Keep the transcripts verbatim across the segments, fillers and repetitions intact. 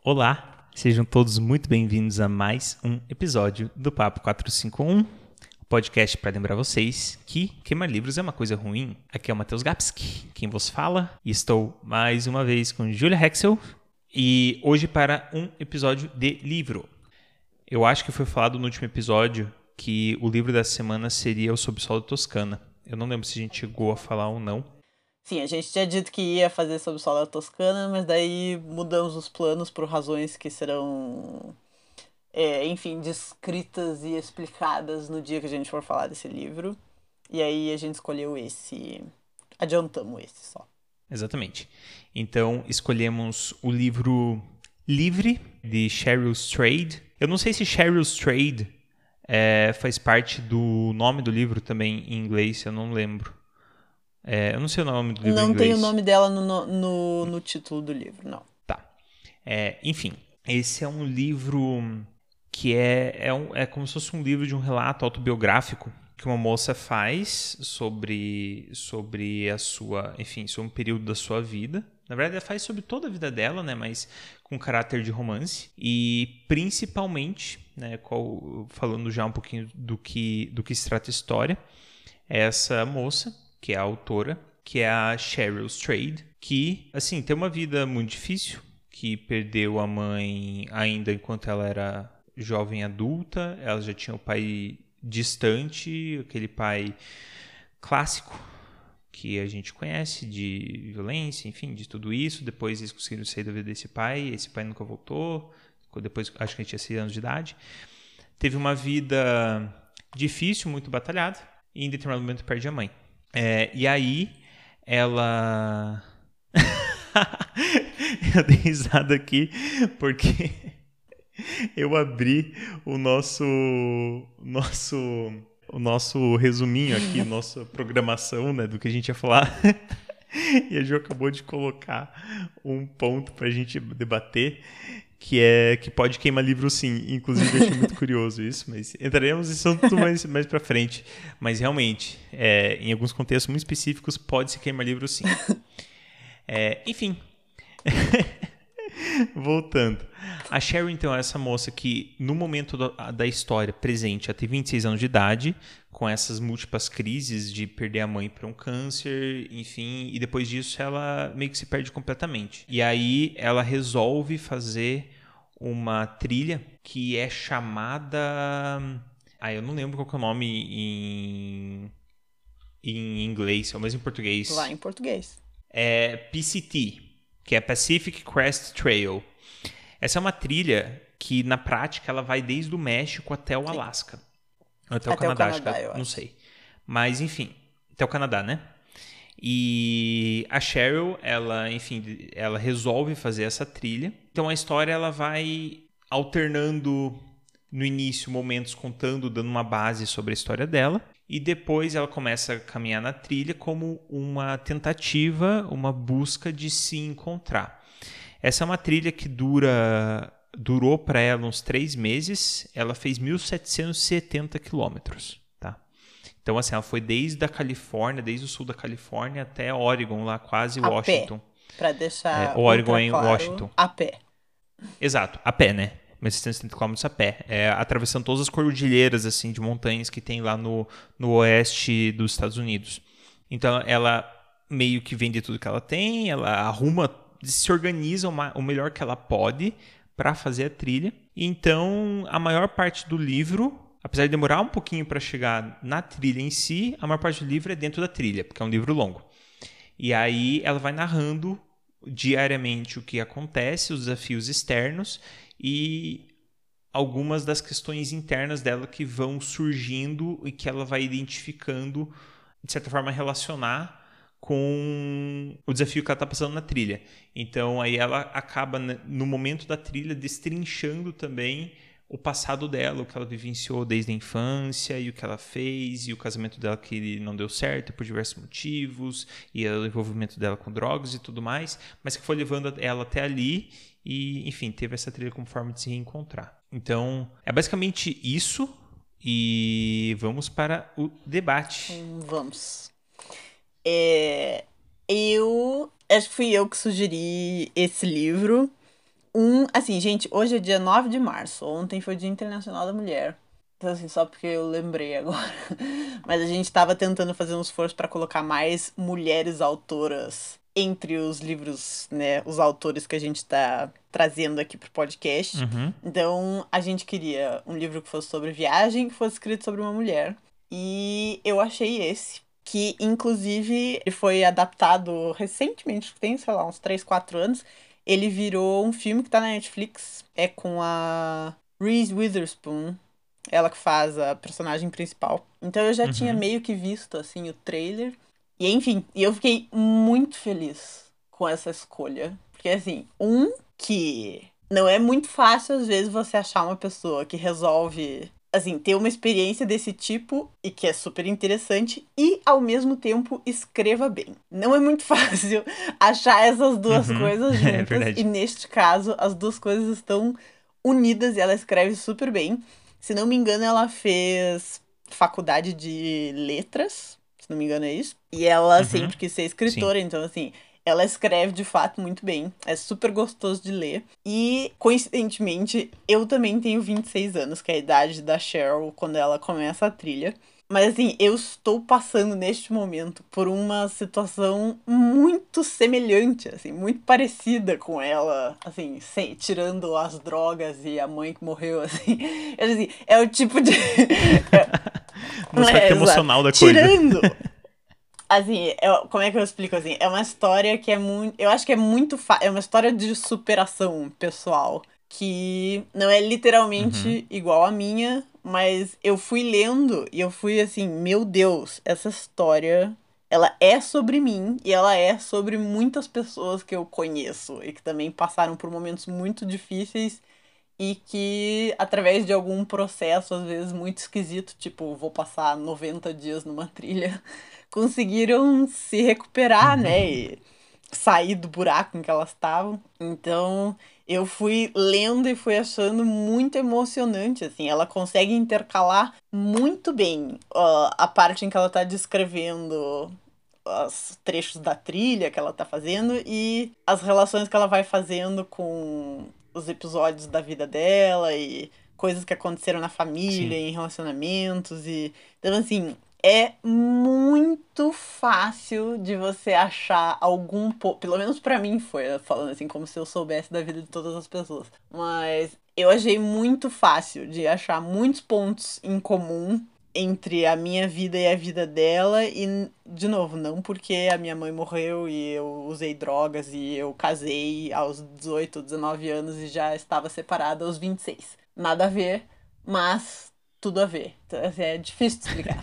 Olá, sejam todos muito bem-vindos a mais um episódio do Papo quatrocentos e cinquenta e um, o podcast para lembrar vocês que queimar livros é uma coisa ruim. Aqui é o Matheus Gapski, quem vos fala, e estou mais uma vez com Julia Hexel, e hoje para um episódio de livro. Eu acho que foi falado no último episódio que o livro da semana seria O Sob o Sol da Toscana. Eu não lembro se a gente chegou a falar ou não. Sim, a gente tinha dito que ia fazer sobre o Sol da Toscana, mas daí mudamos os planos por razões que serão, é, enfim, descritas e explicadas no dia que a gente for falar desse livro. E aí a gente escolheu esse, adiantamos esse só. Exatamente. Então, escolhemos o livro Livre, de Cheryl Strayed. Eu não sei se Cheryl Strayed é, faz parte do nome do livro também em inglês, eu não lembro. É, eu não sei o nome do livro não em inglês. Não tem o nome dela no, no, no título do livro, não. Tá. É, enfim, esse é um livro que é, é, um, é como se fosse um livro de um relato autobiográfico que uma moça faz sobre, sobre a sua, enfim, sobre um período da sua vida. Na verdade, ela faz sobre toda a vida dela, né, mas com caráter de romance. E principalmente, né, qual, falando já um pouquinho do que, do que se trata a história, essa moça, que é a autora, que é a Cheryl Strayed, que, assim, tem uma vida muito difícil, que perdeu a mãe ainda enquanto ela era jovem adulta, ela já tinha o pai distante, aquele pai clássico que a gente conhece, de violência, enfim, de tudo isso. Depois eles conseguiram sair da vida desse pai, esse pai nunca voltou, depois acho que ele tinha seis anos de idade. Teve uma vida difícil, muito batalhada, e em determinado momento perde a mãe. É, e aí, ela... eu dei risada aqui porque eu abri o nosso, nosso, o nosso resuminho aqui, nossa programação, né, do que a gente ia falar. E a Ju acabou de colocar um ponto pra gente debater, que é que pode queimar livro sim. Inclusive eu achei muito curioso isso, mas entraremos nisso tudo mais, mais pra frente. Mas realmente, é, em alguns contextos muito específicos, pode se queimar livro sim. É, enfim, voltando. A Cheryl, então, é essa moça que, no momento da, da história presente, ela tem vinte e seis anos de idade, com essas múltiplas crises de perder a mãe para um câncer, enfim, e depois disso ela meio que se perde completamente. E aí ela resolve fazer uma trilha que é chamada... Ah, eu não lembro qual que é o nome em, em inglês, mas em português. Lá em português. É P C T, que é Pacific Crest Trail. Essa é uma trilha que, na prática, ela vai desde o México até o Alasca. Até, até o Canadá, o Canadá acho que eu, eu não acho. sei. Mas, enfim, até o Canadá, né? E a Cheryl, ela, enfim, ela resolve fazer essa trilha. Então, a história, ela vai alternando, no início, momentos contando, dando uma base sobre a história dela. E depois ela começa a caminhar na trilha como uma tentativa, uma busca de se encontrar. Essa é uma trilha que dura, durou para ela uns três meses. Ela fez mil setecentos e setenta quilômetros. Tá? Então, assim, ela foi desde a Califórnia, desde o sul da Califórnia até Oregon, lá quase a Washington. Para deixar é, Oregon em claro, Washington. A pé. Exato, a pé, né? mil setecentos e setenta quilômetros a pé, é, atravessando todas as cordilheiras assim, de montanhas que tem lá no, no oeste dos Estados Unidos. Então, ela meio que vende tudo que ela tem, ela arruma, se organiza uma, o melhor que ela pode para fazer a trilha. Então, a maior parte do livro, apesar de demorar um pouquinho para chegar na trilha em si, a maior parte do livro é dentro da trilha, porque é um livro longo. E aí ela vai narrando diariamente o que acontece, os desafios externos e algumas das questões internas dela que vão surgindo e que ela vai identificando, de certa forma, relacionar com o desafio que ela está passando na trilha. Então, aí ela acaba, no momento da trilha, destrinchando também o passado dela, o que ela vivenciou desde a infância e o que ela fez, e o casamento dela que não deu certo por diversos motivos, e o envolvimento dela com drogas e tudo mais, mas que foi levando ela até ali e, enfim, teve essa trilha como forma de se reencontrar. Então, é basicamente isso, e vamos para o debate. Hum, vamos. É, eu acho que fui eu que sugeri esse livro. um... Assim, gente, hoje é dia nove de março. Ontem foi o Dia Internacional da Mulher. Então, assim, só porque eu lembrei agora. Mas a gente tava tentando fazer um esforço pra colocar mais mulheres autoras entre os livros, né? Os autores que a gente tá trazendo aqui pro podcast. Uhum. Então, a gente queria um livro que fosse sobre viagem, que fosse escrito sobre uma mulher. E eu achei esse. Que, inclusive, ele foi adaptado recentemente, tem, sei lá, uns três, quatro anos. Ele virou um filme que tá na Netflix. É com a Reese Witherspoon. Ela que faz a personagem principal. Então eu já Uhum. tinha meio que visto, assim, o trailer. E, enfim, e eu fiquei muito feliz com essa escolha. Porque, assim, um, que não é muito fácil, às vezes, você achar uma pessoa que resolve, assim, ter uma experiência desse tipo e que é super interessante e, ao mesmo tempo, escreva bem. Não é muito fácil achar essas duas Uhum. coisas É juntas. verdade. E, neste caso, as duas coisas estão unidas e ela escreve super bem. Se não me engano, ela fez faculdade de letras, se não me engano é isso. E ela Uhum. sempre quis ser Sim. escritora, então assim, ela escreve de fato muito bem. É super gostoso de ler. E, coincidentemente, eu também tenho vinte e seis anos, que é a idade da Cheryl quando ela começa a trilha. Mas assim, eu estou passando neste momento por uma situação muito semelhante, assim, muito parecida com ela, assim, sem, tirando as drogas e a mãe que morreu, assim. Eu, assim, é o tipo de... No aspecto É, emocional da exato. coisa. Tirando... Assim, eu, como é que eu explico assim? É uma história que é muito. Eu acho que é muito. Fa... É uma história de superação pessoal. Que não é literalmente Uhum. igual à minha, mas eu fui lendo e eu fui assim: meu Deus, essa história. Ela é sobre mim e ela é sobre muitas pessoas que eu conheço e que também passaram por momentos muito difíceis e que, através de algum processo, às vezes muito esquisito, tipo, vou passar noventa dias numa trilha, conseguiram se recuperar, né? E sair do buraco em que elas estavam. Então, eu fui lendo e fui achando muito emocionante, assim. Ela consegue intercalar muito bem ó, a parte em que ela tá descrevendo os trechos da trilha que ela tá fazendo e as relações que ela vai fazendo com os episódios da vida dela e coisas que aconteceram na família, Sim. em relacionamentos e então assim, é muito fácil de você achar algum po... pelo menos pra mim foi, falando assim como se eu soubesse da vida de todas as pessoas, mas eu achei muito fácil de achar muitos pontos em comum entre a minha vida e a vida dela e, de novo, não porque a minha mãe morreu e eu usei drogas e eu casei aos dezoito, dezenove anos e já estava separada aos vinte e seis. Nada a ver, mas tudo a ver. Então, assim, é difícil de explicar.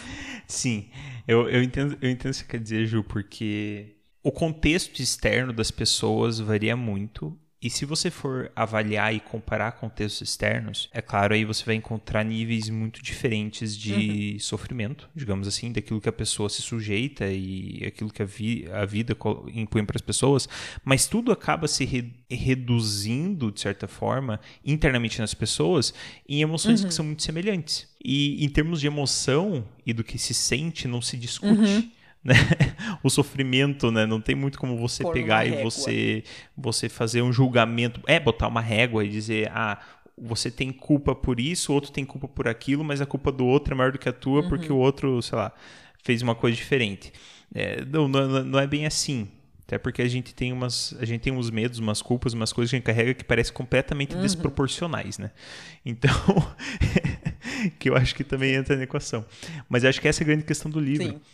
Sim, eu, eu, entendo, eu entendo o que você quer dizer, Ju, porque o contexto externo das pessoas varia muito. E se você for avaliar e comparar contextos externos, é claro, aí você vai encontrar níveis muito diferentes de uhum. sofrimento, digamos assim, daquilo que a pessoa se sujeita e aquilo que a, vi, a vida impõe para as pessoas, mas tudo acaba se re, reduzindo, de certa forma, internamente nas pessoas, em emoções uhum. que são muito semelhantes. E em termos de emoção e do que se sente, não se discute. Uhum. Né? O sofrimento, né? Não tem muito como você Por pegar e você, você fazer um julgamento, é, botar uma régua e dizer, ah, você tem culpa por isso, o outro tem culpa por aquilo, mas a culpa do outro é maior do que a tua uhum. porque o outro, sei lá, fez uma coisa diferente. É, não, não, não é bem assim. Até porque a gente tem umas, a gente tem uns medos, umas culpas, umas coisas que a gente carrega que parecem completamente uhum. desproporcionais, né? Então, que eu acho que também entra na equação. Mas eu acho que essa é a grande questão do livro. Sim.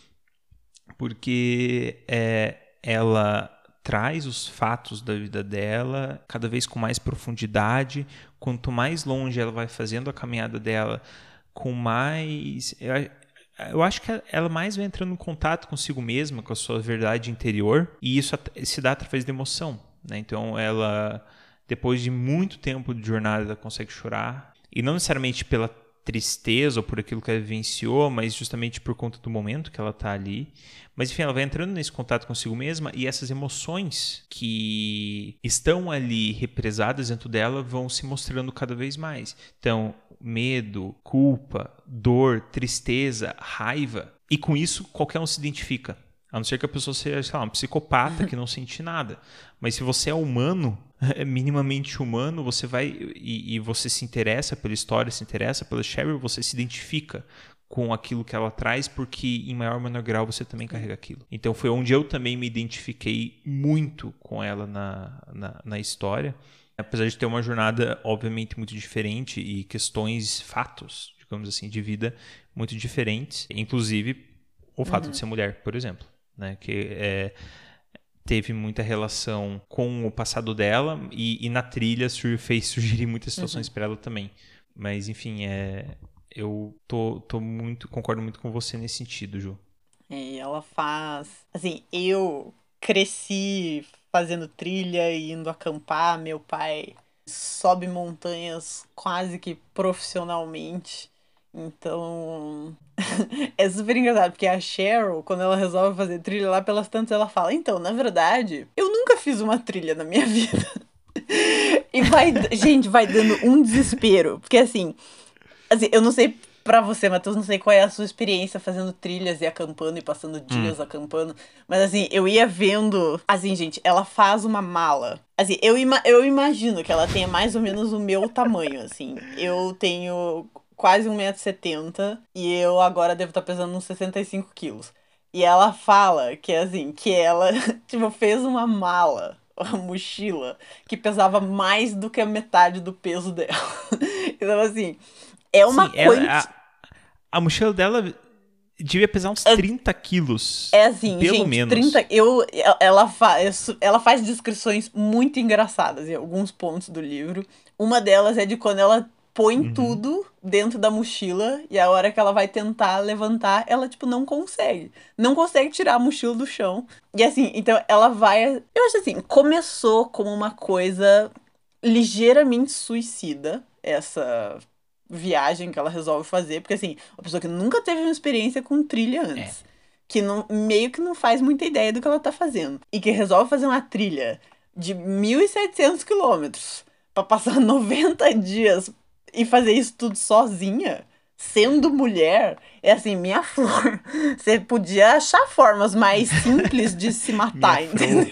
Porque é, ela traz os fatos da vida dela cada vez com mais profundidade. Quanto mais longe ela vai fazendo a caminhada dela, com mais... Eu, eu acho que ela mais vai entrando em contato consigo mesma, com a sua verdade interior. E isso se dá através da emoção, né? Então, ela, depois de muito tempo de jornada, ela consegue chorar. E não necessariamente pela tristeza ou por aquilo que ela vivenciou, mas justamente por conta do momento que ela está ali. Mas enfim, ela vai entrando nesse contato consigo mesma e essas emoções que estão ali represadas dentro dela vão se mostrando cada vez mais. Então, medo, culpa, dor, tristeza, raiva. E com isso, qualquer um se identifica. A não ser que a pessoa seja, sei lá, um psicopata que não sente nada. Mas se você é humano, é minimamente humano, você vai e, e você se interessa pela história, se interessa pela Cheryl, você se identifica com aquilo que ela traz, porque em maior ou menor grau você também carrega aquilo. Então foi onde eu também me identifiquei muito com ela na, na, na história. Apesar de ter uma jornada, obviamente, muito diferente e questões, fatos, digamos assim, de vida muito diferentes. Inclusive, o fato uhum. de ser mulher, por exemplo. Né? Que é, teve muita relação com o passado dela e, e na trilha fez sugerir muitas situações uhum. para ela também. Mas, enfim, é... Eu tô, tô muito, concordo muito com você nesse sentido, Ju. E ela faz... Assim, eu cresci fazendo trilha e indo acampar. Meu pai sobe montanhas quase que profissionalmente. Então, é super engraçado, porque a Cheryl, quando ela resolve fazer trilha lá pelas tantas, ela fala, então, na verdade, eu nunca fiz uma trilha na minha vida. E vai, gente, vai dando um desespero. Porque, assim... Assim, eu não sei pra você, Matheus, não sei qual é a sua experiência fazendo trilhas e acampando e passando dias hum. acampando. Mas assim, eu ia vendo... Assim, gente, ela faz uma mala. Assim, eu, ima eu imagino que ela tenha mais ou menos o meu tamanho, assim. Eu tenho quase um metro e setenta e eu agora devo estar pesando uns sessenta e cinco quilos. E ela fala que, assim, que ela, tipo, fez uma mala, uma mochila, que pesava mais do que a metade do peso dela. Então, assim... É uma Sim, ela, a, a mochila dela devia pesar uns trinta quilos. É assim, pelo gente, menos. trinta... Eu, ela, faz, ela faz descrições muito engraçadas em alguns pontos do livro. Uma delas é de quando ela põe uhum. tudo dentro da mochila e a hora que ela vai tentar levantar, ela, tipo, não consegue. Não consegue tirar a mochila do chão. E assim, então ela vai... Eu acho assim, começou como uma coisa ligeiramente suicida, essa... viagem que ela resolve fazer, porque assim, uma pessoa que nunca teve uma experiência com trilha antes, é. que não, meio que não faz muita ideia do que ela tá fazendo, e que resolve fazer uma trilha de mil e setecentos quilômetros pra passar noventa dias e fazer isso tudo sozinha, sendo mulher, é assim, minha flor. Você podia achar formas mais simples de se matar, entendeu?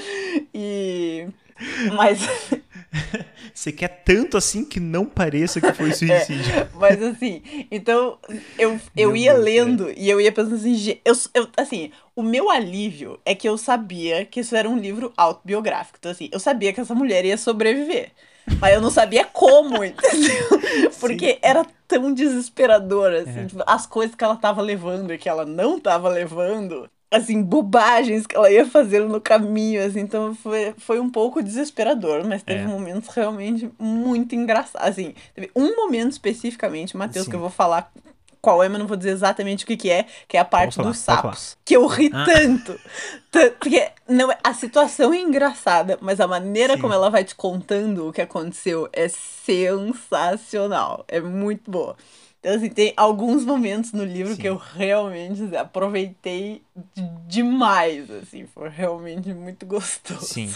E... Mas... Você quer tanto assim que não pareça que foi suicídio. É, mas assim, então eu, eu ia Deus lendo Deus. E eu ia pensando assim, eu, eu, assim, o meu alívio é que eu sabia que isso era um livro autobiográfico. Então assim, eu sabia que essa mulher ia sobreviver. Mas eu não sabia como, entendeu? Porque Sim. era tão desesperador, assim, é. tipo, as coisas que ela tava levando e que ela não tava levando. Assim, bobagens que ela ia fazendo no caminho, assim, então foi, foi um pouco desesperador, mas teve é. momentos realmente muito engraçados, assim, teve um momento especificamente, Matheus, que eu vou falar qual é, mas não vou dizer exatamente o que que é, que é a parte falar, dos sapos, que eu ri ah. tanto, tanto, porque não, a situação é engraçada, mas a maneira Sim. como ela vai te contando o que aconteceu é sensacional, é muito boa. Então, assim, tem alguns momentos no livro Sim. que eu realmente assim, aproveitei demais, assim, foi realmente muito gostoso. Sim.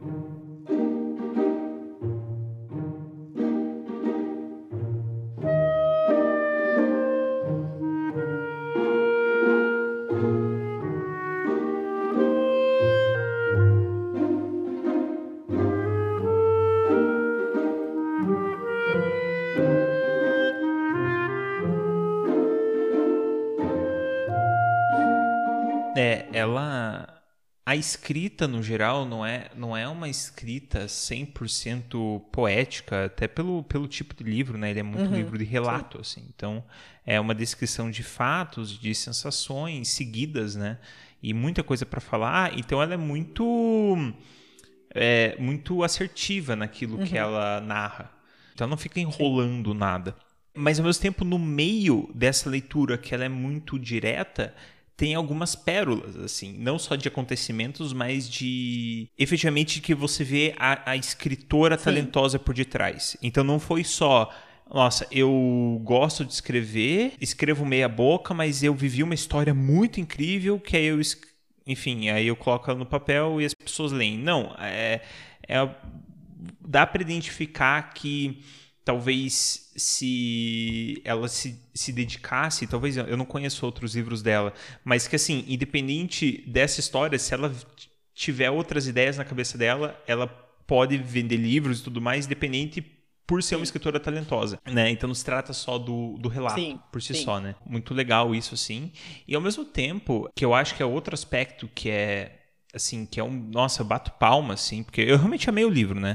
É, ela... A escrita, no geral, não é, não é uma escrita cem por cento poética, até pelo, pelo tipo de livro, né? Ele é muito uhum, livro de relato, sim. assim. Então, é uma descrição de fatos, de sensações seguidas, né? E muita coisa para falar. Então, ela é muito, é, muito assertiva naquilo uhum. que ela narra. Então, ela não fica enrolando sim. nada. Mas, ao mesmo tempo, no meio dessa leitura, que ela é muito direta... tem algumas pérolas, assim, não só de acontecimentos, mas de, efetivamente, que você vê a, a escritora Sim. talentosa por detrás. Então não foi só, nossa, eu gosto de escrever, escrevo meia boca, mas eu vivi uma história muito incrível que aí eu, enfim, aí eu coloco ela no papel e as pessoas leem. Não, é, é dá para identificar que talvez se ela se, se dedicasse, talvez eu não conheço outros livros dela, mas que assim, independente dessa história, se ela tiver outras ideias na cabeça dela, ela pode vender livros e tudo mais, independente por ser uma escritora talentosa, né? Então não se trata só do, do relato Sim, por si sim. só, né? Muito legal isso, assim. E ao mesmo tempo, que eu acho que é outro aspecto que é, assim, que é um... Nossa, eu bato palma, assim, porque eu realmente amei o livro, né?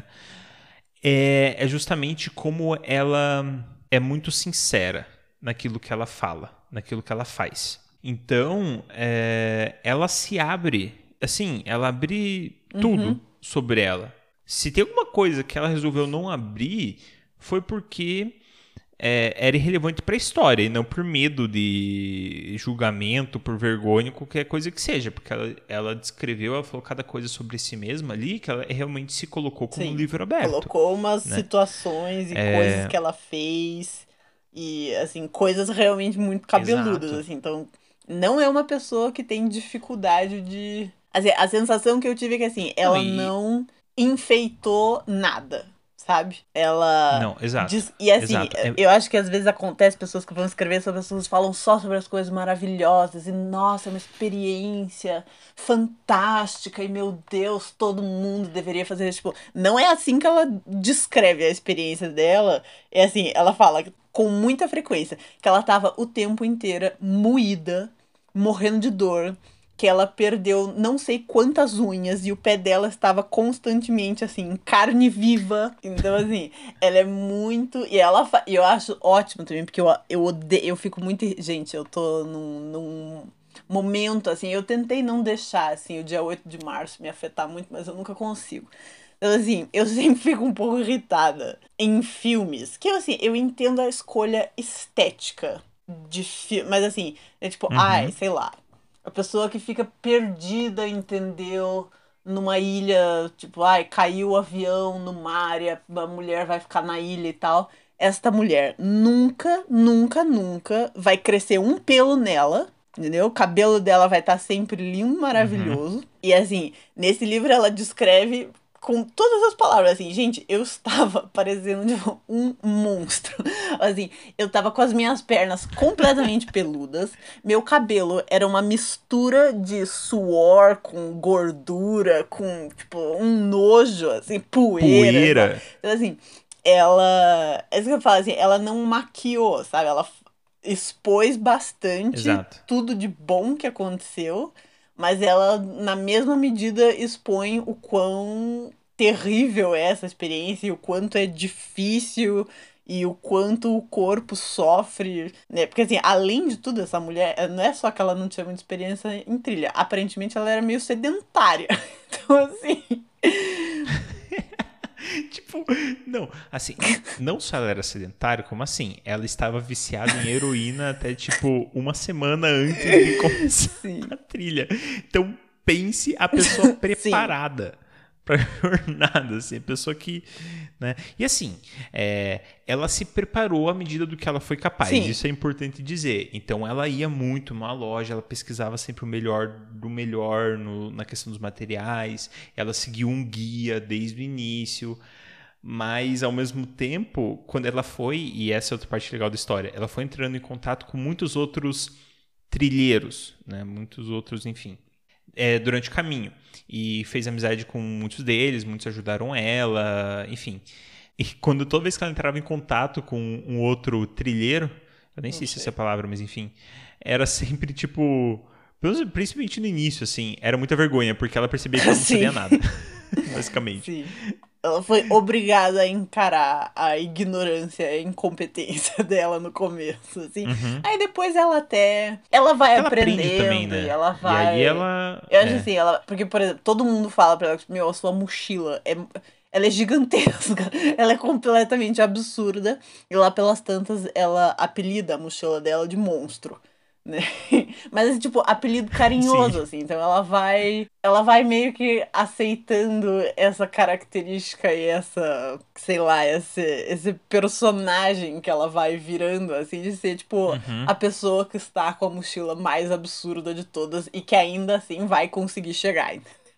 É, é justamente como ela é muito sincera naquilo que ela fala, naquilo que ela faz. Então, é, ela se abre, assim, ela abre tudo Uhum. sobre ela. Se tem alguma coisa que ela resolveu não abrir, foi porque é, era irrelevante para a história e não por medo de julgamento, por vergonha, qualquer coisa que seja. Porque ela, ela descreveu, ela falou cada coisa sobre si mesma ali, que ela realmente se colocou como um Sim. livro aberto, Colocou umas né? situações e coisas que ela fez. E, assim, coisas realmente muito cabeludas, Exato. assim. Então, não é uma pessoa que tem dificuldade de... Assim, a sensação que eu tive é que, assim, Não, ela e... não enfeitou nada, sabe? Ela... Não, exato. Diz... E, assim, Exato. É, eu acho que às vezes acontece pessoas que vão escrever sobre as pessoas falam só sobre as coisas maravilhosas. E, nossa, é uma experiência fantástica. E, meu Deus, todo mundo deveria fazer isso. Tipo, não é assim que ela descreve a experiência dela. É assim, ela fala com muita frequência que ela tava o tempo inteiro moída, morrendo de dor, que ela perdeu não sei quantas unhas e o pé dela estava constantemente assim, em carne viva. Então, assim, ela é muito. E ela fa... e eu acho ótimo também, porque eu, eu odeio. Eu fico muito. Gente, eu tô num, num momento, assim, eu tentei não deixar, assim, o dia oito de março me afetar muito, mas eu nunca consigo. Então, assim, eu sempre fico um pouco irritada em filmes. Que, assim, eu entendo a escolha estética de filme. Mas, assim, é tipo, ai, uhum. sei lá. A pessoa que fica perdida, entendeu? Numa ilha, tipo, ai, caiu o avião no mar e a a mulher vai ficar na ilha e tal. Esta mulher nunca, nunca, nunca vai crescer um pelo nela. Entendeu? O cabelo dela vai estar sempre lindo, Uhum. maravilhoso. E assim, nesse livro ela descreve com todas as palavras, assim, gente, eu estava parecendo tipo, um monstro. Assim, eu tava com as minhas pernas completamente peludas, meu cabelo era uma mistura de suor com gordura, com, tipo, um nojo, assim, poeira, sabe? Poeira. Então, assim, ela... É isso que eu falo, assim, ela não maquiou, sabe? Ela expôs bastante Exato. tudo de bom que aconteceu, mas ela, na mesma medida, expõe o quão terrível é essa experiência e o quanto é difícil e o quanto o corpo sofre, né? Porque, assim, além de tudo, essa mulher, não é só que ela não tinha muita experiência em trilha, aparentemente ela era meio sedentária. Então, assim. Tipo, não, assim, não só ela era sedentária, como assim, ela estava viciada em heroína até, tipo, uma semana antes de começar Sim. a trilha. Então, pense a pessoa Sim. preparada para jornada, assim, a pessoa que, né? E assim, é, ela se preparou à medida do que ela foi capaz, Sim. isso é importante dizer. Então ela ia muito numa loja, ela pesquisava sempre o melhor do melhor no, na questão dos materiais, ela seguiu um guia desde o início, mas ao mesmo tempo, quando ela foi, e essa é outra parte legal da história, ela foi entrando em contato com muitos outros trilheiros, né? Muitos outros, enfim, é, durante o caminho. E fez amizade com muitos deles, muitos ajudaram ela, enfim. E quando toda vez que ela entrava em contato com um outro trilheiro, eu nem Não sei se sei. essa é a palavra, mas enfim, era sempre tipo, principalmente no início, assim, era muita vergonha, porque ela percebia que ela não sabia Sim. nada, basicamente. Sim. Ela foi obrigada a encarar a ignorância e a incompetência dela no começo, assim. Uhum. Aí depois ela até... Ela vai Ela aprende também, aprendendo e né? ela E aí vai... ela. Eu acho É. assim, ela... Porque, por exemplo, todo mundo fala pra ela, tipo, meu, a sua mochila é... Ela é gigantesca, ela é completamente absurda. E lá pelas tantas, ela apelida a mochila dela de monstro, né? Mas é tipo apelido Sim. carinhoso, assim. Então ela vai. Ela vai meio que aceitando essa característica e essa, sei lá, esse, esse personagem que ela vai virando, assim, de ser, tipo, Uhum. a pessoa que está com a mochila mais absurda de todas e que ainda assim vai conseguir chegar.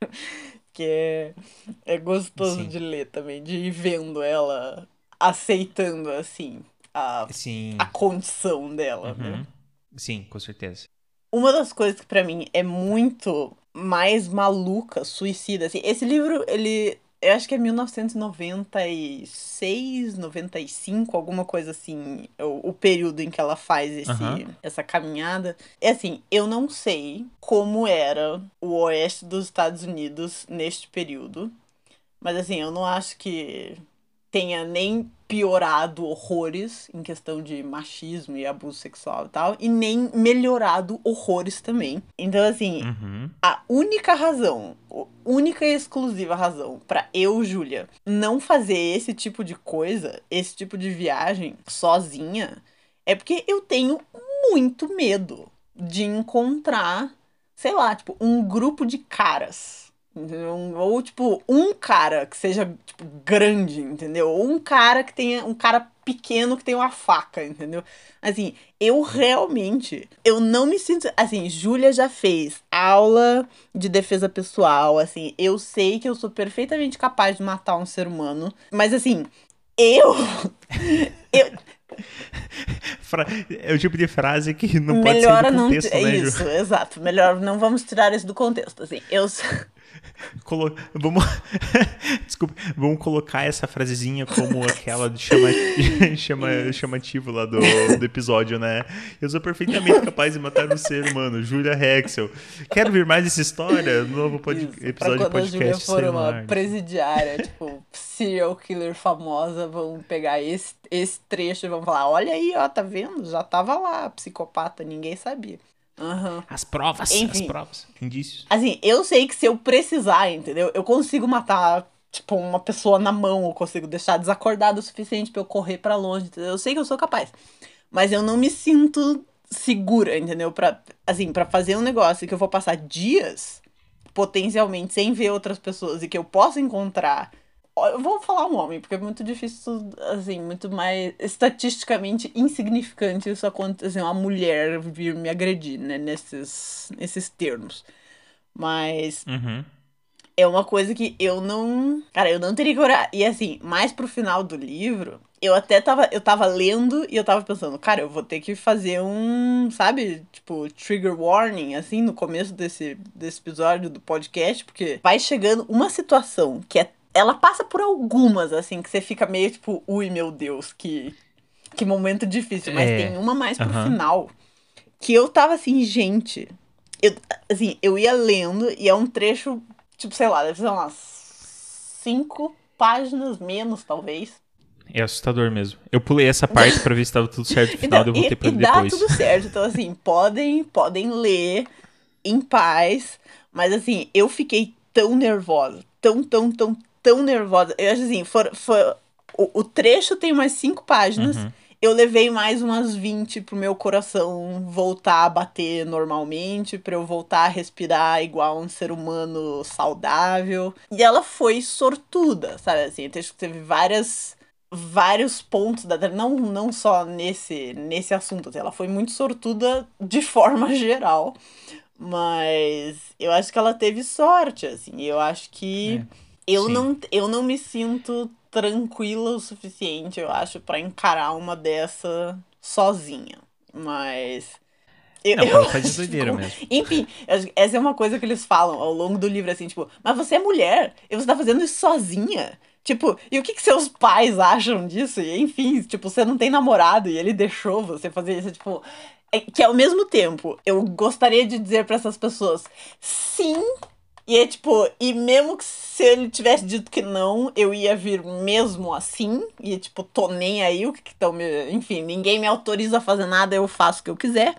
Que é, é gostoso Sim. de ler também, de ir vendo ela aceitando, assim, a, a Sim. condição dela, né? Uhum. Sim, com certeza. Uma das coisas que pra mim é muito mais maluca, suicida, assim, esse livro, ele Eu acho que é mil novecentos e noventa e seis, noventa e cinco, alguma coisa assim, o, o período em que ela faz Aham. esse, essa caminhada. É assim, eu não sei como era o oeste dos Estados Unidos neste período, mas assim, eu não acho que tenha nem piorado horrores em questão de machismo e abuso sexual e tal, e nem melhorado horrores também. Então, assim, Uhum. a única razão, a única e exclusiva razão pra eu, Júlia, não fazer esse tipo de coisa, esse tipo de viagem sozinha, é porque eu tenho muito medo de encontrar, sei lá, tipo, um grupo de caras. Entendeu? Um- Ou, tipo, um cara que seja, tipo, grande, entendeu? Ou um cara que tenha, um cara pequeno que tenha uma faca, entendeu? Assim, eu realmente, eu não me sinto, assim, Júlia já fez aula de defesa pessoal, assim, eu sei que eu sou perfeitamente capaz de matar um ser humano, mas assim, eu, eu Fra- É o tipo de frase que não pode sair do melhora não, t- contexto, é né, Ju? isso, exato, melhor não vamos tirar isso do contexto, assim, eu Colo- Vamos... Desculpa, vamos colocar essa frasezinha como aquela de chama... chama... isso. chamativo lá do... do episódio, né? Eu sou perfeitamente capaz de matar um ser humano, Julia Hexel. Quero ver mais essa história no novo pod... Isso, pra episódio de quando a Júlia podcast for Sei uma lá. presidiária, tipo, serial killer famosa, vão pegar esse, esse trecho e vão falar: olha aí, ó, tá vendo? Já tava lá, psicopata, ninguém sabia. Aham. As provas, as Enfim, provas, indícios. assim, eu sei que se eu precisar, entendeu? Eu consigo matar, tipo, uma pessoa na mão, eu consigo deixar desacordada o suficiente pra eu correr pra longe, entendeu? Eu sei que eu sou capaz. Mas eu não me sinto segura, entendeu? Pra, assim, pra fazer um negócio que eu vou passar dias potencialmente sem ver outras pessoas e que eu possa encontrar. Eu vou falar um homem, porque é muito difícil, assim, muito mais estatisticamente insignificante isso acontecer, uma mulher vir me agredir, né, nesses, nesses termos. Mas Uhum. é uma coisa que eu não. Cara, eu não teria coragem. E assim, mais pro final do livro, eu até tava. Eu tava lendo e eu tava pensando, cara, eu vou ter que fazer um. Sabe? Tipo, trigger warning, assim, no começo desse, desse episódio do podcast, porque vai chegando uma situação que é. Ela passa por algumas, assim, que você fica meio tipo, ui, meu Deus, que, que momento difícil. Mas tem É. uma mais pro Aham. final que eu tava assim, gente. Eu, assim, eu ia lendo e é um trecho, tipo, sei lá, deve ser umas cinco páginas menos, talvez. É assustador mesmo. Eu pulei essa parte pra ver se tava tudo certo no final, Então, daí eu voltei e, pra e ler dá depois. tudo certo. Então, assim, podem, podem ler em paz. Mas, assim, eu fiquei tão nervosa. Tão, tão, tão, tão nervosa. Eu acho assim, for, for, o, o trecho tem umas cinco páginas. Uhum. Eu levei mais umas vinte pro meu coração voltar a bater normalmente, pra eu voltar a respirar igual um ser humano saudável. E ela foi sortuda, sabe assim? Eu acho que teve várias vários pontos da não não só nesse nesse assunto, assim, ela foi muito sortuda de forma geral, mas eu acho que ela teve sorte, assim. Eu acho que É. eu Sim. não, eu não me sinto tranquila o suficiente, eu acho, pra encarar uma dessa sozinha. Mas eu, Não, eu pela fase de acho, doideira tipo, mesmo. enfim, eu acho que essa é uma coisa que eles falam ao longo do livro, assim, tipo, mas você é mulher e você tá fazendo isso sozinha. Tipo, e o que que seus pais acham disso? E, enfim, tipo, você não tem namorado e ele deixou você fazer isso, tipo, é- que ao mesmo tempo eu gostaria de dizer pra essas pessoas, sim, e é tipo, e mesmo que se ele tivesse dito que não, eu ia vir mesmo assim, e tipo, tô nem aí, o que que tão me. Enfim, ninguém me autoriza a fazer nada, eu faço o que eu quiser.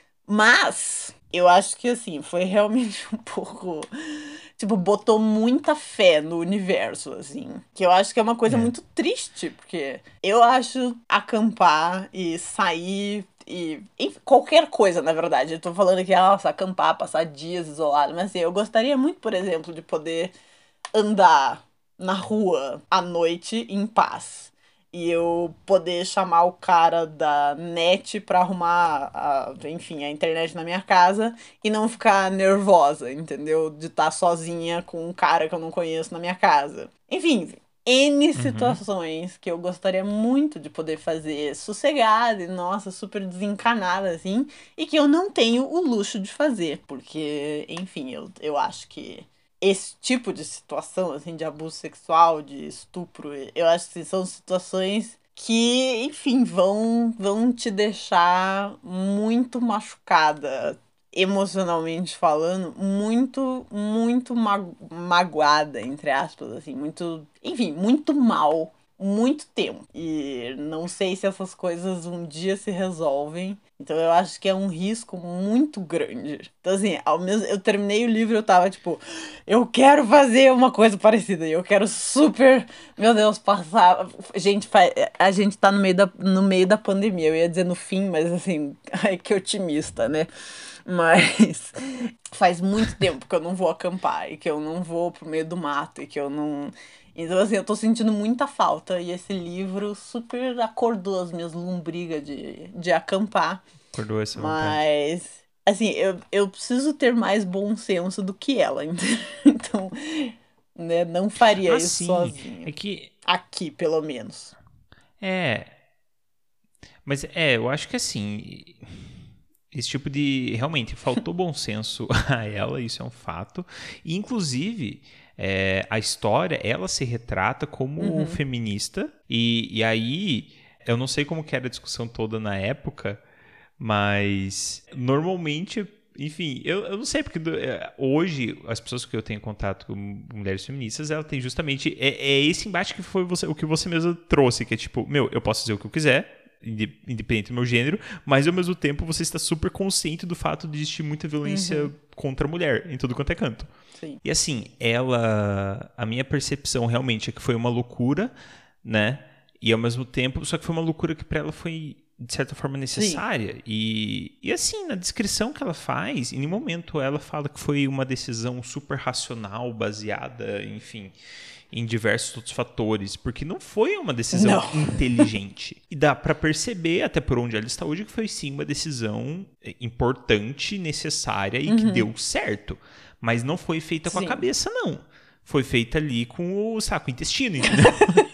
Mas eu acho que assim, foi realmente um pouco. Tipo, botou muita fé no universo, assim. Que eu acho que é uma coisa É. muito triste, porque eu acho acampar e sair e. Enfim, qualquer coisa, na verdade. Eu tô falando aqui, nossa, acampar, passar dias isolado. Mas assim, eu gostaria muito, por exemplo, de poder andar na rua à noite em paz. E eu poder chamar o cara da net pra arrumar, a, enfim, a internet na minha casa e não ficar nervosa, entendeu? De estar sozinha com um cara que eu não conheço na minha casa. Enfim, N Uhum. situações que eu gostaria muito de poder fazer sossegada e, nossa, super desencanada, assim, e que eu não tenho o luxo de fazer, porque, enfim, eu, eu acho que esse tipo de situação, assim, de abuso sexual, de estupro, eu acho que são situações que, enfim, vão, vão te deixar muito machucada, emocionalmente falando, muito, muito ma magoada, entre aspas, assim, muito, enfim, muito mal, muito tempo. E não sei se essas coisas um dia se resolvem. Então eu acho que é um risco muito grande. Então, assim, ao mesmo eu terminei o livro, eu tava tipo, eu quero fazer uma coisa parecida. Eu quero super, meu Deus, passar. Gente, a gente tá no meio da, no meio da pandemia. Eu ia dizer no fim, mas assim, ai que otimista, né? Mas faz muito tempo que eu não vou acampar e que eu não vou pro meio do mato e que eu não. Então, assim, eu tô sentindo muita falta e esse livro super acordou as minhas lombrigas de, de acampar. Acordou essa vontade. Mas, assim, eu, eu preciso ter mais bom senso do que ela. Então, né, não faria Ah, isso sim. sozinha. É que. Aqui, pelo menos. É. Mas é, eu acho que assim. Esse tipo de. Realmente, faltou bom senso a ela, isso é um fato. E, inclusive, é, a história, ela se retrata como Uhum. feminista. E, e aí, eu não sei como que era a discussão toda na época, mas normalmente. Enfim, eu, eu não sei, porque é, hoje as pessoas que eu tenho contato com mulheres feministas, ela tem justamente. É, é esse embate que foi você, o que você mesmo trouxe, que é tipo, meu, eu posso dizer o que eu quiser, independente do meu gênero, mas ao mesmo tempo você está super consciente do fato de existir muita violência Uhum. contra a mulher em tudo quanto é canto. Sim. E assim, ela. A minha percepção realmente é que foi uma loucura, né? E ao mesmo tempo, só que foi uma loucura que para ela foi, de certa forma, Sim. necessária. E, e assim, na descrição que ela faz, em nenhum momento ela fala que foi uma decisão super racional, baseada, enfim, em diversos outros fatores, porque não foi uma decisão Não. inteligente. E dá para perceber, até por onde ela está hoje, que foi sim uma decisão importante, necessária e que Uhum. deu certo. Mas não foi feita com a Sim. cabeça, não. Foi feita ali com o saco, o intestino, entendeu?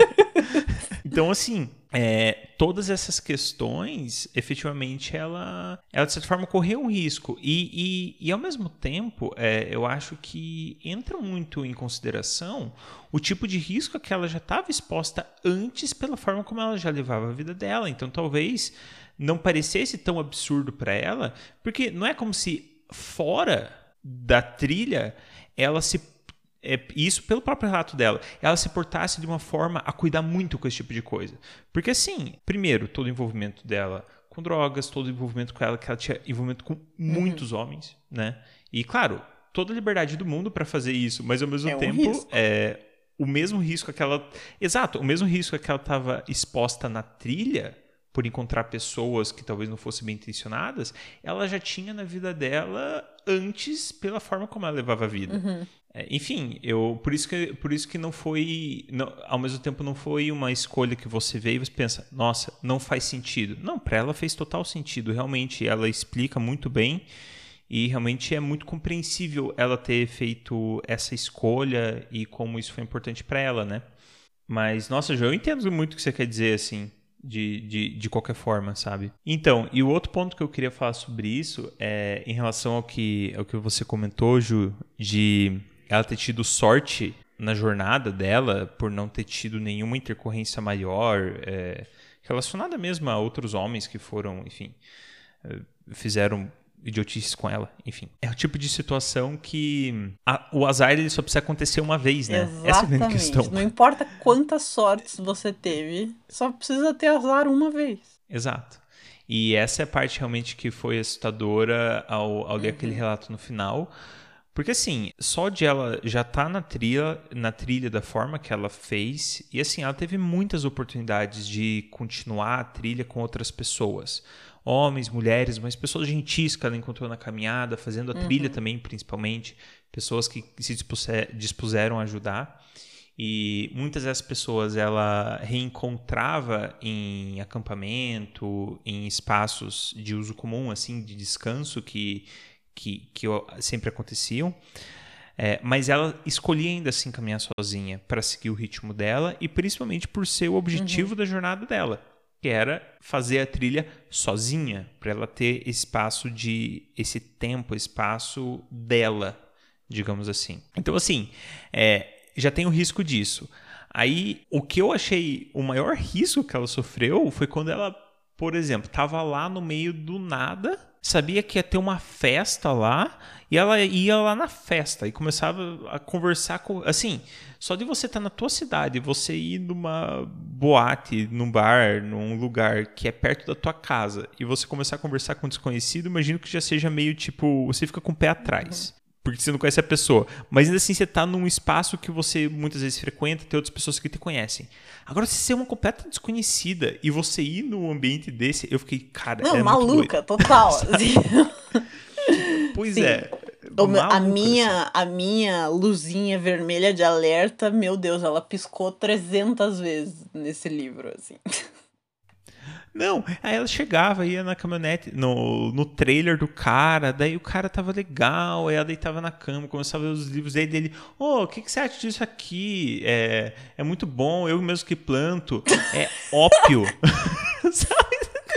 Então, assim, é, todas essas questões, efetivamente, ela, ela de certa forma correu um risco. E, e, e ao mesmo tempo, é, eu acho que entra muito em consideração o tipo de risco a que ela já estava exposta antes pela forma como ela já levava a vida dela. Então, talvez não parecesse tão absurdo para ela, porque não é como se fora da trilha ela se é, isso pelo próprio relato dela, ela se portasse de uma forma a cuidar muito com esse tipo de coisa. Porque assim, primeiro, todo o envolvimento dela com drogas, todo o envolvimento com ela, que ela tinha envolvimento com muitos Uhum. homens, né? E claro, toda a liberdade do mundo para fazer isso, mas ao mesmo É um tempo, risco. é, o mesmo risco que ela... Exato, o mesmo risco que ela estava exposta na trilha, por encontrar pessoas que talvez não fossem bem intencionadas, ela já tinha na vida dela antes pela forma como ela levava a vida. Uhum. É, enfim, eu por isso que por isso que não foi, não, ao mesmo tempo não foi uma escolha que você vê e você pensa, nossa, não faz sentido. Não, para ela fez total sentido. Realmente, ela explica muito bem e realmente é muito compreensível ela ter feito essa escolha e como isso foi importante para ela, né? Mas, nossa, João, eu entendo muito o que você quer dizer, assim, de, de, de qualquer forma, sabe? Então, e o outro ponto que eu queria falar sobre isso é em relação ao que, ao que você comentou, Ju, de ela ter tido sorte na jornada dela por não ter tido nenhuma intercorrência maior, é, relacionada mesmo a outros homens que foram, enfim, é, fizeram idiotices com ela, enfim. É o tipo de situação que a, o azar ele só precisa acontecer uma vez, né? Essa é a grande questão. Exatamente. Não importa quantas sortes você teve, só precisa ter azar uma vez. Exato. E essa é a parte realmente que foi assustadora ao, ao ler Uhum. aquele relato no final. Porque assim, só de ela já estar tá na trilha, na trilha da forma que ela fez, e assim, ela teve muitas oportunidades de continuar a trilha com outras pessoas. Homens, mulheres, mas pessoas gentis que ela encontrou na caminhada, fazendo a trilha Uhum. também, principalmente. Pessoas que se dispuseram a ajudar. E muitas dessas pessoas ela reencontrava em acampamento, em espaços de uso comum, assim, de descanso que, que, que sempre aconteciam. É, mas ela escolhia ainda assim caminhar sozinha para seguir o ritmo dela e principalmente por ser o objetivo Uhum. da jornada dela, que era fazer a trilha sozinha, para ela ter espaço de esse tempo, espaço dela, digamos assim. Então, assim, é, já tem o risco disso. Aí, o que eu achei o maior risco que ela sofreu foi quando ela, por exemplo, estava lá no meio do nada, sabia que ia ter uma festa lá, e ela ia lá na festa e começava a conversar com... Assim, só de você estar na tua cidade, você ir numa boate, num bar, num lugar que é perto da tua casa, e você começar a conversar com um desconhecido, imagino que já seja meio tipo... Você fica com o pé atrás. Uhum. Porque você não conhece a pessoa. Mas ainda assim você tá num espaço que você muitas vezes frequenta, tem outras pessoas que te conhecem. Agora, se você é uma completa desconhecida e você ir num ambiente desse, eu fiquei, cara, não, é maluca, muito total. Pois Sim. é. A minha, assim. a minha luzinha vermelha de alerta, meu Deus, ela piscou trezentas vezes nesse livro, assim. Não, aí ela chegava, ia na caminhonete, no, no trailer do cara, daí o cara tava legal, aí ela deitava na cama, começava a ver os livros dele, dele, ô, oh, o que, que você acha disso aqui? É, é muito bom, eu mesmo que planto, é ópio. Sabe?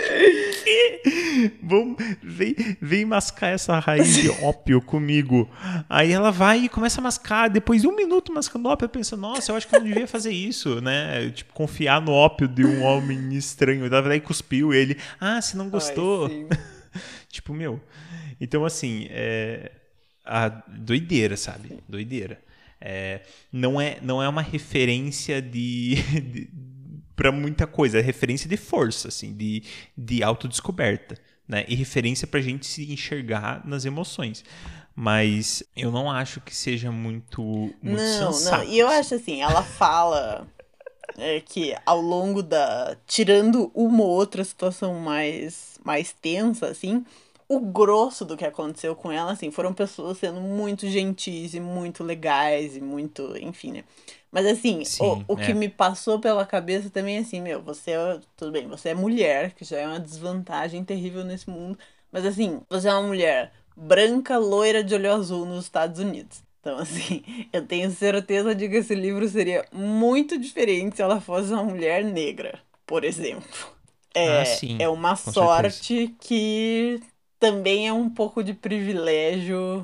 Que? Vamos, vem, vem mascar essa raiz de ópio comigo. Aí ela vai e começa a mascar. Depois de um minuto mascando ópio, eu penso, nossa, eu acho que eu não devia fazer isso, né? Tipo, confiar no ópio de um homem estranho. Ela vai lá e cuspiu ele. Ah, você não gostou? Ai, tipo, meu. Então, assim, é... a doideira, sabe? Sim. Doideira. É... Não, é, não é uma referência de... de para muita coisa, é referência de força, assim, de, de autodescoberta, né? E referência pra gente se enxergar nas emoções. Mas eu não acho que seja muito, muito não, sensato. Não, e eu acho assim, ela fala é, que ao longo da... Tirando uma ou outra situação mais, mais tensa, assim, o grosso do que aconteceu com ela, assim, foram pessoas sendo muito gentis e muito legais e muito, enfim, né? Mas assim, Sim, o, o é. que me passou pela cabeça também é assim, meu, você é, tudo bem, você é mulher, que já é uma desvantagem terrível nesse mundo, mas assim, você é uma mulher branca, loira, de olho azul nos Estados Unidos. Então, assim, eu tenho certeza de que esse livro seria muito diferente se ela fosse uma mulher negra, por exemplo. É, ah, sim, é uma com certeza. sorte que também é um pouco de privilégio.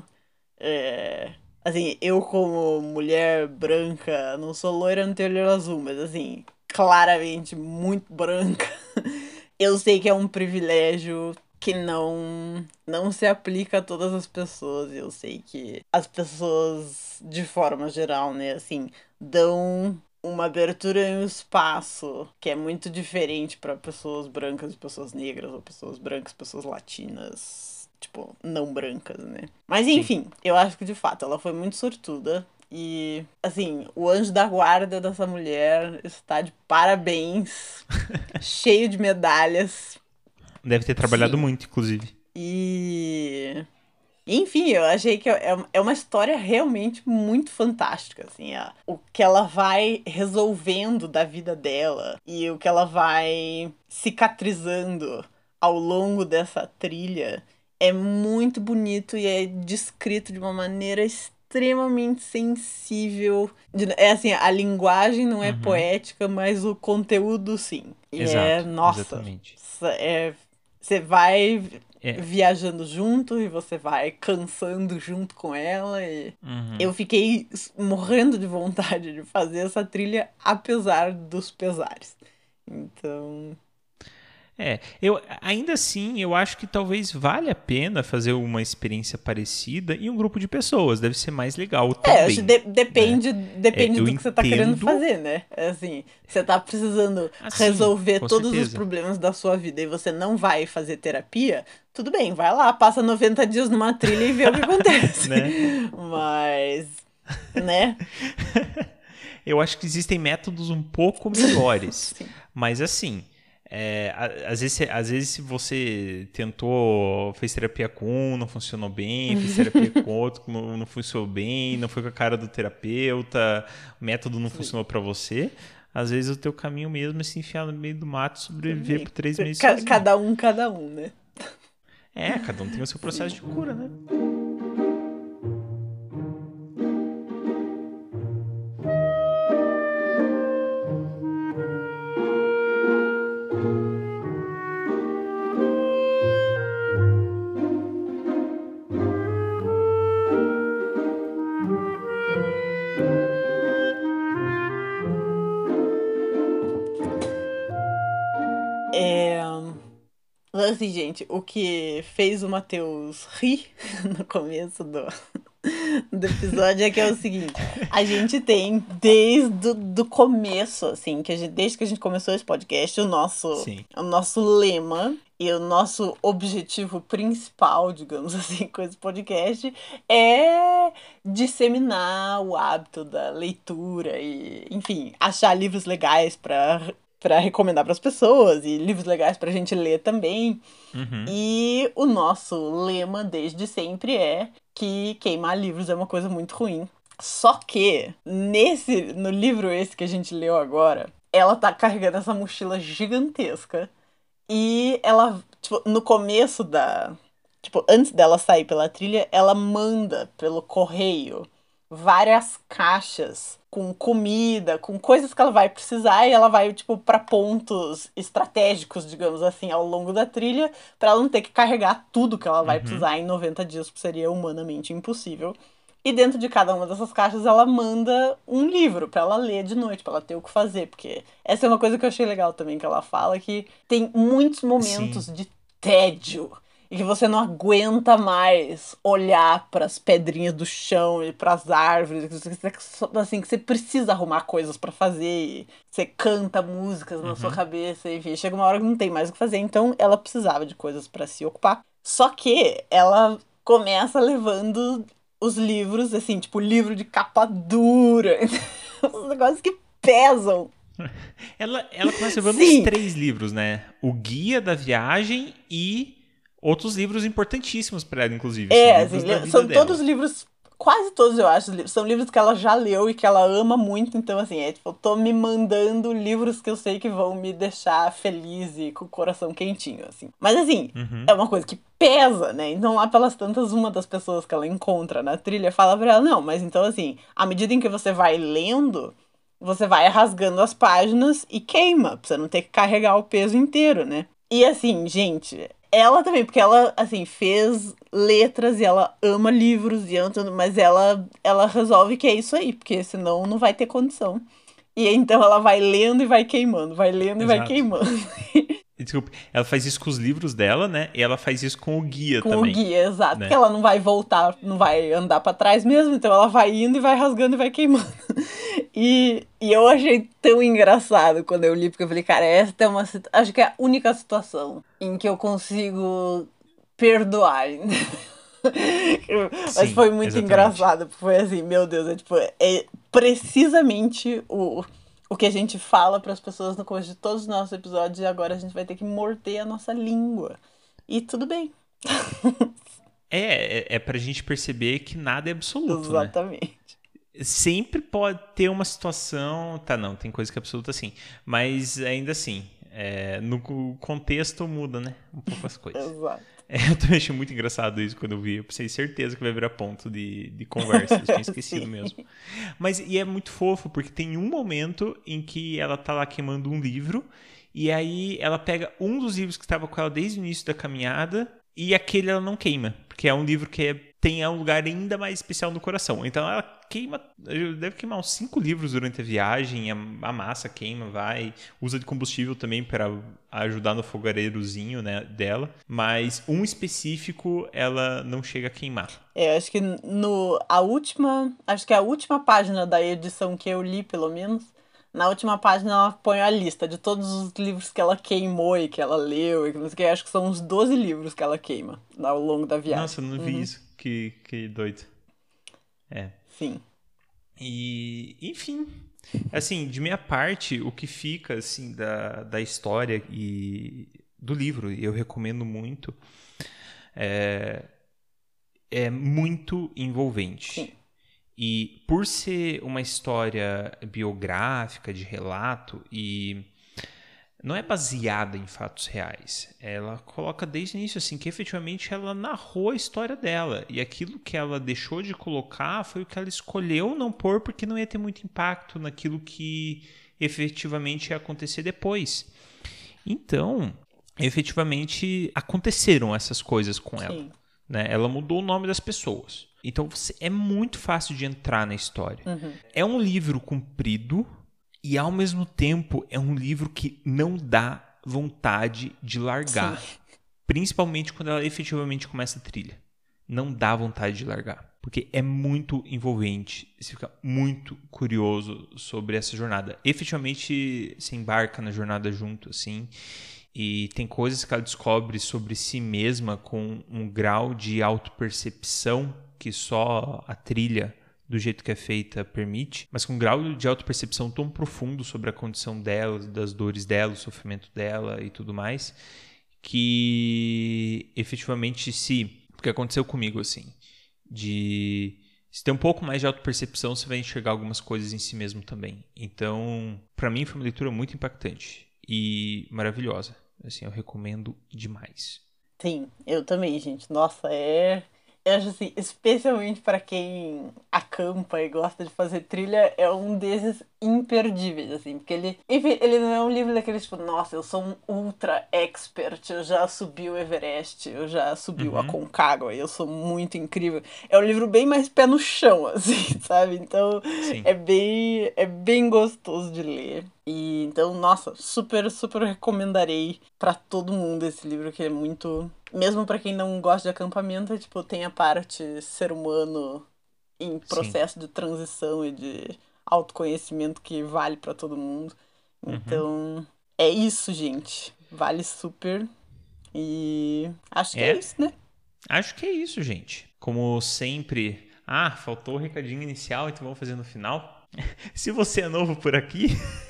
É, assim, eu como mulher branca, não sou loira, não tenho olho azul, mas assim, claramente muito branca, eu sei que é um privilégio que não, não se aplica a todas as pessoas. Eu sei que as pessoas, de forma geral, né, assim, dão uma abertura em um espaço que é muito diferente para pessoas brancas e pessoas negras, ou pessoas brancas e pessoas latinas, tipo, não brancas, né? Mas enfim, Sim. eu acho que de fato ela foi muito sortuda. E, assim, o anjo da guarda dessa mulher está de parabéns, cheio de medalhas. Deve ter trabalhado Sim. muito, inclusive. E... Enfim, eu achei que é é uma história realmente muito fantástica, assim, ó. O que ela vai resolvendo da vida dela e o que ela vai cicatrizando ao longo dessa trilha é muito bonito e é descrito de uma maneira extremamente sensível. É assim, a linguagem não é Uhum. poética, mas o conteúdo sim. E Exato, é, nossa, exatamente. é, você vai É. viajando junto e você vai cansando junto com ela. E Uhum. eu fiquei morrendo de vontade de fazer essa trilha, apesar dos pesares. Então. É, eu ainda assim, eu acho que talvez valha a pena fazer uma experiência parecida em um grupo de pessoas, deve ser mais legal também. É, acho que de, depende, né? depende é, do entendo... que você tá querendo fazer, né? Assim, você tá precisando assim, resolver todos certeza. os problemas da sua vida e você não vai fazer terapia, tudo bem, vai lá, passa noventa dias numa trilha e vê o que acontece. né? Mas, né? Eu acho que existem métodos um pouco melhores, mas assim... É, às, vezes, às vezes se você tentou, fez terapia com um, não funcionou bem, fez terapia com outro, não, não funcionou bem, não foi com a cara do terapeuta, o método não Sim. funcionou para você, às vezes o teu caminho mesmo é se enfiar no meio do mato e sobreviver Sim. por três meses Ca- sozinho. Cada um, cada um, né? É, cada um tem o seu processo Sim. de cura, né? Assim, gente, o que fez o Matheus rir no começo do, do episódio é que é o seguinte, a gente tem desde o do começo, assim, que a gente, desde que a gente começou esse podcast, o nosso, Sim. o nosso lema e o nosso objetivo principal, digamos assim, com esse podcast é disseminar o hábito da leitura e, enfim, achar livros legais para para recomendar para as pessoas e livros legais para a gente ler também. Uhum. E o nosso lema desde sempre é que queimar livros é uma coisa muito ruim. Só que nesse no livro esse que a gente leu agora, ela tá carregando essa mochila gigantesca e ela, tipo, no começo da, tipo, antes dela sair pela trilha, ela manda pelo correio várias caixas com comida, com coisas que ela vai precisar, e ela vai, tipo, para pontos estratégicos, digamos assim, ao longo da trilha, para ela não ter que carregar tudo que ela vai Uhum. precisar em noventa dias, que seria humanamente impossível. E dentro de cada uma dessas caixas ela manda um livro para ela ler de noite, para ela ter o que fazer, porque essa é uma coisa que eu achei legal também que ela fala, que tem muitos momentos Sim. de tédio e que você não aguenta mais olhar para as pedrinhas do chão e para as árvores, assim, que você precisa arrumar coisas para fazer, e você canta músicas na Uhum. sua cabeça, enfim, chega uma hora que não tem mais o que fazer, então ela precisava de coisas para se ocupar. Só que ela começa levando os livros, assim, tipo, livro de capa dura, os negócios que pesam. Ela, ela começa levando Sim. os três livros, né? O guia da viagem e outros livros importantíssimos para ela, inclusive. É, são livros assim, da vida são dela. todos livros, quase todos eu acho, são livros que ela já leu e que ela ama muito, então assim, é tipo, eu tô me mandando livros que eu sei que vão me deixar feliz e com o coração quentinho, assim. Mas assim, Uhum. é uma coisa que pesa, né? Então lá pelas tantas, uma das pessoas que ela encontra na trilha fala pra ela, não, mas então assim, à medida em que você vai lendo, você vai rasgando as páginas e queima, pra você não ter que carregar o peso inteiro, né? E assim, gente, ela também, porque ela, assim, fez letras e ela ama livros e ama tudo, mas ela, ela resolve que é isso aí, porque senão não vai ter condição. E então ela vai lendo e vai queimando, vai lendo e vai Exato. queimando. Desculpa, ela faz isso com os livros dela, né? E ela faz isso com o guia Com também. o guia, exato. Né? Porque ela não vai voltar, não vai andar pra trás mesmo, então ela vai indo e vai rasgando e vai queimando. E, e eu achei tão engraçado quando eu li, porque eu falei, cara, esta é uma situação. Acho que é a única situação em que eu consigo perdoar. Mas Sim, foi muito exatamente. engraçado, porque foi assim, meu Deus, é tipo, é precisamente o, o que a gente fala para as pessoas no começo de todos os nossos episódios, e agora a gente vai ter que morder a nossa língua. E tudo bem. É, é, é pra gente perceber que nada é absoluto, Exatamente. né? Sempre pode ter uma situação... Tá, não, tem coisa que é absoluta sim. Mas ainda assim, é, no contexto muda, né? Um pouco as coisas. Exato. É, eu também achei muito engraçado isso quando eu vi. Eu pensei, certeza que vai virar ponto de, de conversa. Eu tinha esquecido mesmo. Mas, e é muito fofo, porque tem um momento em que ela tá lá queimando um livro, e aí ela pega um dos livros que estava com ela desde o início da caminhada, e aquele ela não queima, porque é um livro que é, tem um lugar ainda mais especial no coração. Então ela queima, deve queimar uns cinco livros durante a viagem, a, a massa queima, vai, usa de combustível também para ajudar no fogareirozinho, né, dela, mas um específico ela não chega a queimar. É, acho que no a última, acho que a última página da edição que eu li, pelo menos, na última página ela põe a lista de todos os livros que ela queimou e que ela leu, e que não sei o que, acho que são uns doze livros que ela queima ao longo da viagem. Nossa, eu não vi uhum. isso, que, que doido. É. Sim. E, enfim, assim, de minha parte, o que fica, assim, da, da história e do livro, e eu recomendo muito, é, é muito envolvente. Sim. E por ser uma história biográfica, de relato, e não é baseada em fatos reais. Ela coloca desde o início assim, que efetivamente ela narrou a história dela. E aquilo que ela deixou de colocar foi o que ela escolheu não pôr, porque não ia ter muito impacto naquilo que efetivamente ia acontecer depois. Então, efetivamente aconteceram essas coisas com ela. Sim. Né? Ela mudou o nome das pessoas. Então você, é muito fácil de entrar na história. Uhum. É um livro comprido e, ao mesmo tempo, é um livro que não dá vontade de largar. Sim. Principalmente quando ela efetivamente começa a trilha. Não dá vontade de largar. Porque é muito envolvente. Você fica muito curioso sobre essa jornada. Efetivamente se embarca na jornada junto, assim. E tem coisas que ela descobre sobre si mesma com um grau de autopercepção que só a trilha, do jeito que é feita, permite. Mas com um grau de autopercepção tão profundo sobre a condição dela, das dores dela, o sofrimento dela e tudo mais, que efetivamente se... Porque aconteceu comigo, assim, de... Se ter um pouco mais de autopercepção, você vai enxergar algumas coisas em si mesmo também. Então, pra mim foi uma leitura muito impactante e maravilhosa. Assim, eu recomendo demais. Sim, eu também, gente. Nossa, é... Eu acho assim, especialmente para quem acampa e gosta de fazer trilha, é um desses imperdíveis, assim, porque ele, enfim, ele não é um livro daqueles tipo, nossa, eu sou um ultra expert, eu já subi o Everest, eu já subi o Uhum. Aconcagua, eu sou muito incrível. É um livro bem mais pé no chão, assim, sabe? Então, Sim. é bem, é bem gostoso de ler. E então, nossa, super, super recomendarei pra todo mundo esse livro, que é muito... Mesmo pra quem não gosta de acampamento, tipo, tem a parte ser humano em processo Sim. de transição e de autoconhecimento que vale pra todo mundo. Então, uhum. é isso, gente. Vale super. E acho que é, é isso, né? Acho que é isso, gente. Como sempre... Ah, faltou o recadinho inicial, então vamos fazer no final. Se você é novo por aqui...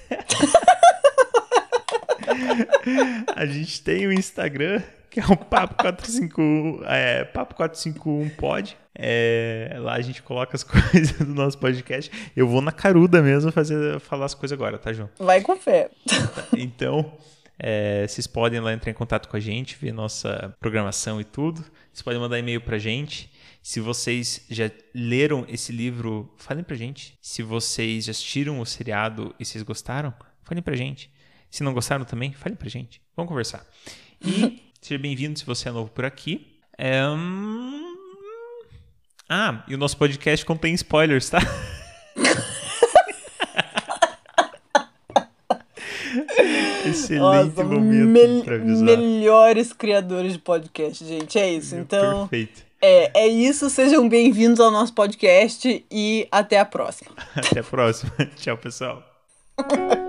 A gente tem o Instagram, que é o Papo quatro cinco um, é, Papo quatro cinco um Pod. É, lá a gente coloca as coisas do nosso podcast. Eu vou na caruda mesmo fazer, falar as coisas agora, tá, João? Vai com fé. Então, é, vocês podem lá entrar em contato com a gente, ver nossa programação e tudo. Vocês podem mandar e-mail pra gente. Se vocês já leram esse livro, falem pra gente. Se vocês já assistiram o seriado e vocês gostaram, falem pra gente. Se não gostaram também, falem pra gente. Vamos conversar. E seja bem-vindo se você é novo por aqui. É... Ah, e o nosso podcast contém spoilers, tá? Excelente Nossa, momento me- pra avisar. Melhores criadores de podcast, gente. É isso. Então, Perfeito. É, é isso. Sejam bem-vindos ao nosso podcast e até a próxima. Até a próxima. Tchau, pessoal.